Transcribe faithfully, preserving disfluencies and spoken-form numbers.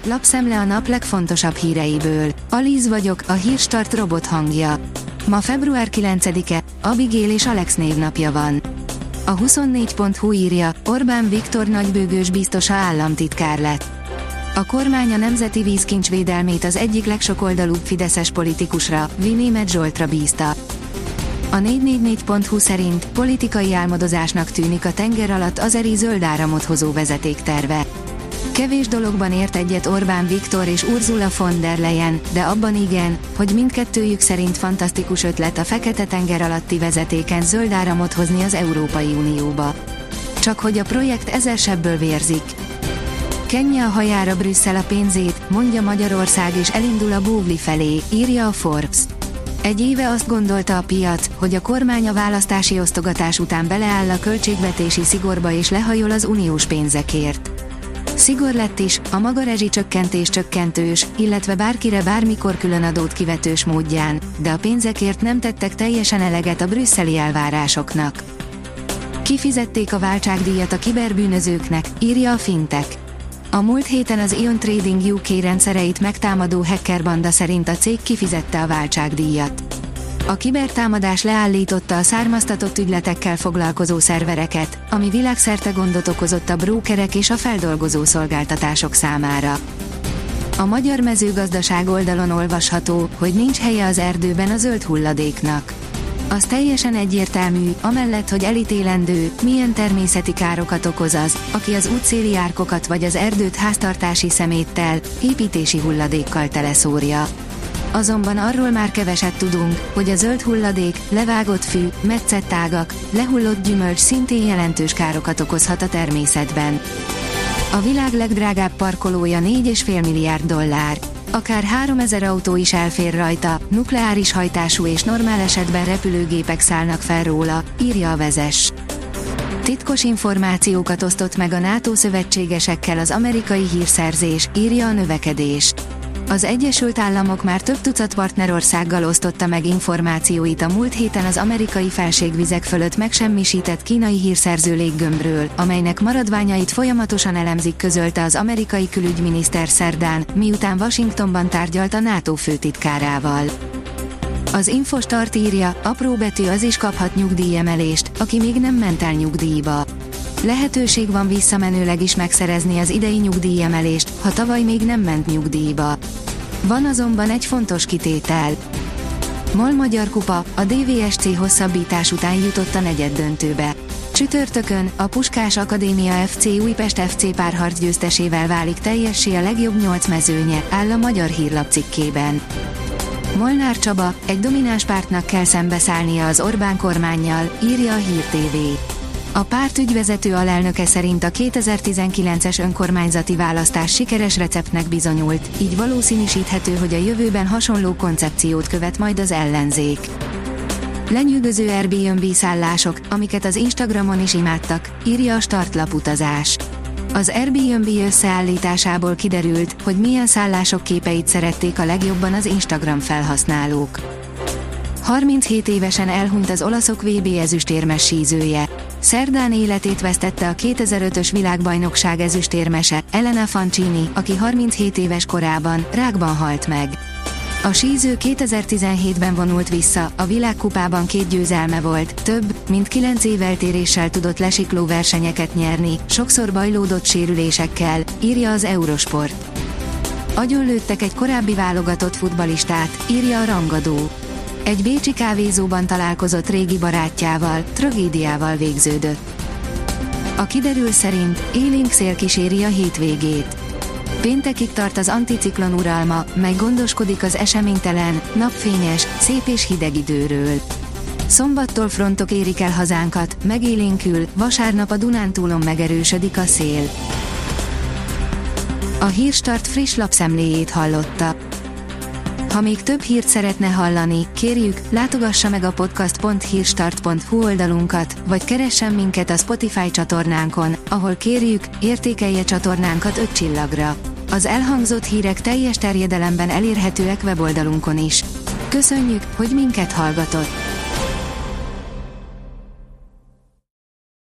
lapszemle a nap legfontosabb híreiből. Alíz vagyok, a Hírstart robot hangja. Ma február kilencedike, Abigail és Alex névnapja van. A huszonnégy pont hu írja, Orbán Viktor nagybőgős biztosa államtitkár lett. A kormány a nemzeti vízkincs védelmét az egyik legsokoldalúbb fideszes politikusra, Németh Zsoltra bízta. A négy négy négy pont hu szerint politikai álmodozásnak tűnik a tenger alatt azeri zöld áramot hozó vezetékterve. Kevés dologban ért egyet Orbán Viktor és Ursula von der Leyen, de abban igen, hogy mindkettőjük szerint fantasztikus ötlet a Fekete-tenger alatti vezetéken zöld áramot hozni az Európai Unióba. Csak hogy a projekt ezer sebből vérzik. Kenje a hajára Brüsszel a pénzét, mondja Magyarország és elindul a bógli felé, írja a Forbes. Egy éve azt gondolta a piac, hogy a kormány a választási osztogatás után beleáll a költségvetési szigorba és lehajol az uniós pénzekért. Szigor lett is, a maga rezsicsökkentés csökkentős, illetve bárkire bármikor különadót kivetős módján, de a pénzekért nem tettek teljesen eleget a brüsszeli elvárásoknak. Kifizették a váltságdíjat a kiberbűnözőknek, írja a Fintech. A múlt héten az Ion Trading U K rendszereit megtámadó hackerbanda szerint a cég kifizette a váltságdíjat. A kibertámadás leállította a származtatott ügyletekkel foglalkozó szervereket, ami világszerte gondot okozott a brókerek és a feldolgozó szolgáltatások számára. A magyar mezőgazdaság oldalon olvasható, hogy nincs helye az erdőben a zöld hulladéknak. Az teljesen egyértelmű, amellett, hogy elítélendő, milyen természeti károkat okoz az, aki az útszéli árkokat vagy az erdőt háztartási szeméttel, építési hulladékkal teleszórja. Azonban arról már keveset tudunk, hogy a zöld hulladék, levágott fű, metszett ágak, lehullott gyümölcs szintén jelentős károkat okozhat a természetben. A világ legdrágább parkolója négy egész öt milliárd dollár. Akár háromezer autó is elfér rajta, nukleáris hajtású és normál esetben repülőgépek szállnak fel róla, írja a Vezes. Titkos információkat osztott meg a NATO szövetségesekkel az amerikai hírszerzés, írja a Növekedés. Az Egyesült Államok már több tucat partnerországgal osztotta meg információit a múlt héten az amerikai felségvizek fölött megsemmisített kínai hírszerző léggömbről, amelynek maradványait folyamatosan elemzik, közölte az amerikai külügyminiszter szerdán, miután Washingtonban tárgyalt a NATO főtitkárával. Az Infostart írja, apró betű az is kaphat nyugdíjemelést, aki még nem ment el nyugdíjba. Lehetőség van visszamenőleg is megszerezni az idei nyugdíjemelést, ha tavaly még nem ment nyugdíjba. Van azonban egy fontos kitétel. MOL Magyar Kupa, a dé vé es cé hosszabbítás után jutott a negyeddöntőbe. Csütörtökön a Puskás Akadémia ef cé Újpest ef cé párharc győztesével válik teljessé a legjobb nyolc mezőnye, áll a Magyar Hírlap cikkében. Molnár Csaba, egy domináns pártnak kell szembeszállnia az Orbán kormánnyal, írja a Hír té vé. A párt ügyvezető alelnöke szerint a kétezer-tizenkilences önkormányzati választás sikeres receptnek bizonyult, így valószínűsíthető, hogy a jövőben hasonló koncepciót követ majd az ellenzék. Lenyűgöző Airbnb szállások, amiket az Instagramon is imádtak, írja a Startlap utazás. Az Airbnb összeállításából kiderült, hogy milyen szállások képeit szerették a legjobban az Instagram felhasználók. harminchét évesen elhunyt az olaszok vé bé ezüstérmes sízője. Szerdán életét vesztette a kétezer-ötös világbajnokság ezüstérmese, Elena Fancini, aki harminchét éves korában, rákban halt meg. A síző kétezer-tizenhétben vonult vissza, a világkupában két győzelme volt, több, mint kilenc év eltéréssel tudott lesikló versenyeket nyerni, sokszor bajlódott sérülésekkel, írja az Eurosport. Agyonlőttek egy korábbi válogatott futballistát, írja a Rangadó. Egy bécsi kávézóban találkozott régi barátjával, tragédiával végződött. A kiderül szerint élénk szél kíséri a hétvégét. Péntekig tart az anticiklon uralma, mely gondoskodik az eseménytelen, napfényes, szép és hideg időről. Szombattól frontok érik el hazánkat, megélénkül, vasárnap a Dunántúlon megerősödik a szél. A Hírstart friss lapszemléjét hallotta. Ha még több hírt szeretne hallani, kérjük, látogassa meg a podcast pont hírstart pont hu oldalunkat, vagy keressen minket a Spotify csatornánkon, ahol kérjük, értékelje csatornánkat öt csillagra. Az elhangzott hírek teljes terjedelemben elérhetőek weboldalunkon is. Köszönjük, hogy minket hallgatott!